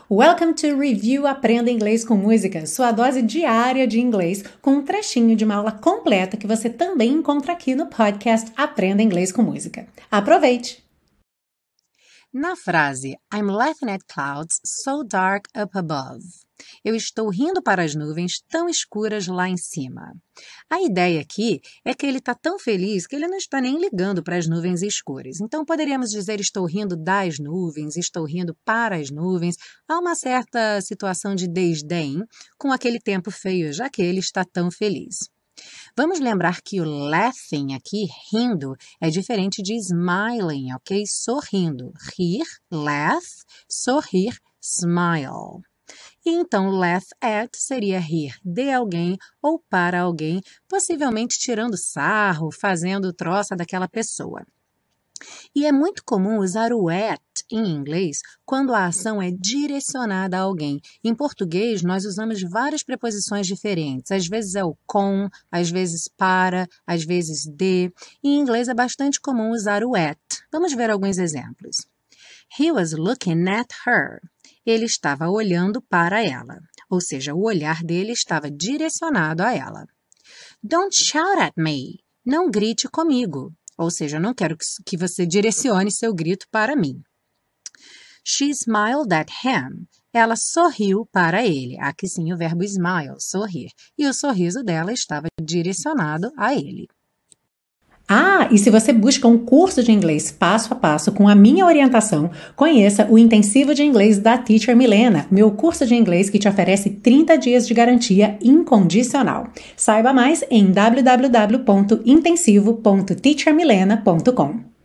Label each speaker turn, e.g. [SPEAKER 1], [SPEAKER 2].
[SPEAKER 1] Welcome to Review Aprenda Inglês com Música, sua dose diária de inglês, com um trechinho de uma aula completa que você também encontra aqui no podcast Aprenda Inglês com Música. Aproveite!
[SPEAKER 2] Na frase I'm laughing at clouds so dark up above, eu estou rindo para as nuvens tão escuras lá em cima. A ideia aqui é que ele está tão feliz que ele não está nem ligando para as nuvens escuras. Então, poderíamos dizer estou rindo das nuvens, estou rindo para as nuvens. Há uma certa situação de desdém com aquele tempo feio, já que ele está tão feliz. Vamos lembrar que o laughing aqui, rindo, é diferente de smiling, ok? Sorrindo. Rir, laugh, sorrir, smile. E então, laugh at seria rir de alguém ou para alguém, possivelmente tirando sarro, fazendo troça daquela pessoa. E é muito comum usar o at em inglês quando a ação é direcionada a alguém. Em português, nós usamos várias preposições diferentes. Às vezes é o com, às vezes para, às vezes de. Em inglês é bastante comum usar o at. Vamos ver alguns exemplos. He was looking at her. Ele estava olhando para ela. Ou seja, o olhar dele estava direcionado a ela. Don't shout at me. Não grite comigo. Ou seja, eu não quero que você direcione seu grito para mim. She smiled at him. Ela sorriu para ele. Aqui sim o verbo smile, sorrir. E o sorriso dela estava direcionado a ele.
[SPEAKER 1] E se você busca um curso de inglês passo a passo com a minha orientação, conheça o Intensivo de Inglês da Teacher Milena, meu curso de inglês que te oferece 30 dias de garantia incondicional. Saiba mais em www.intensivo.teachermilena.com.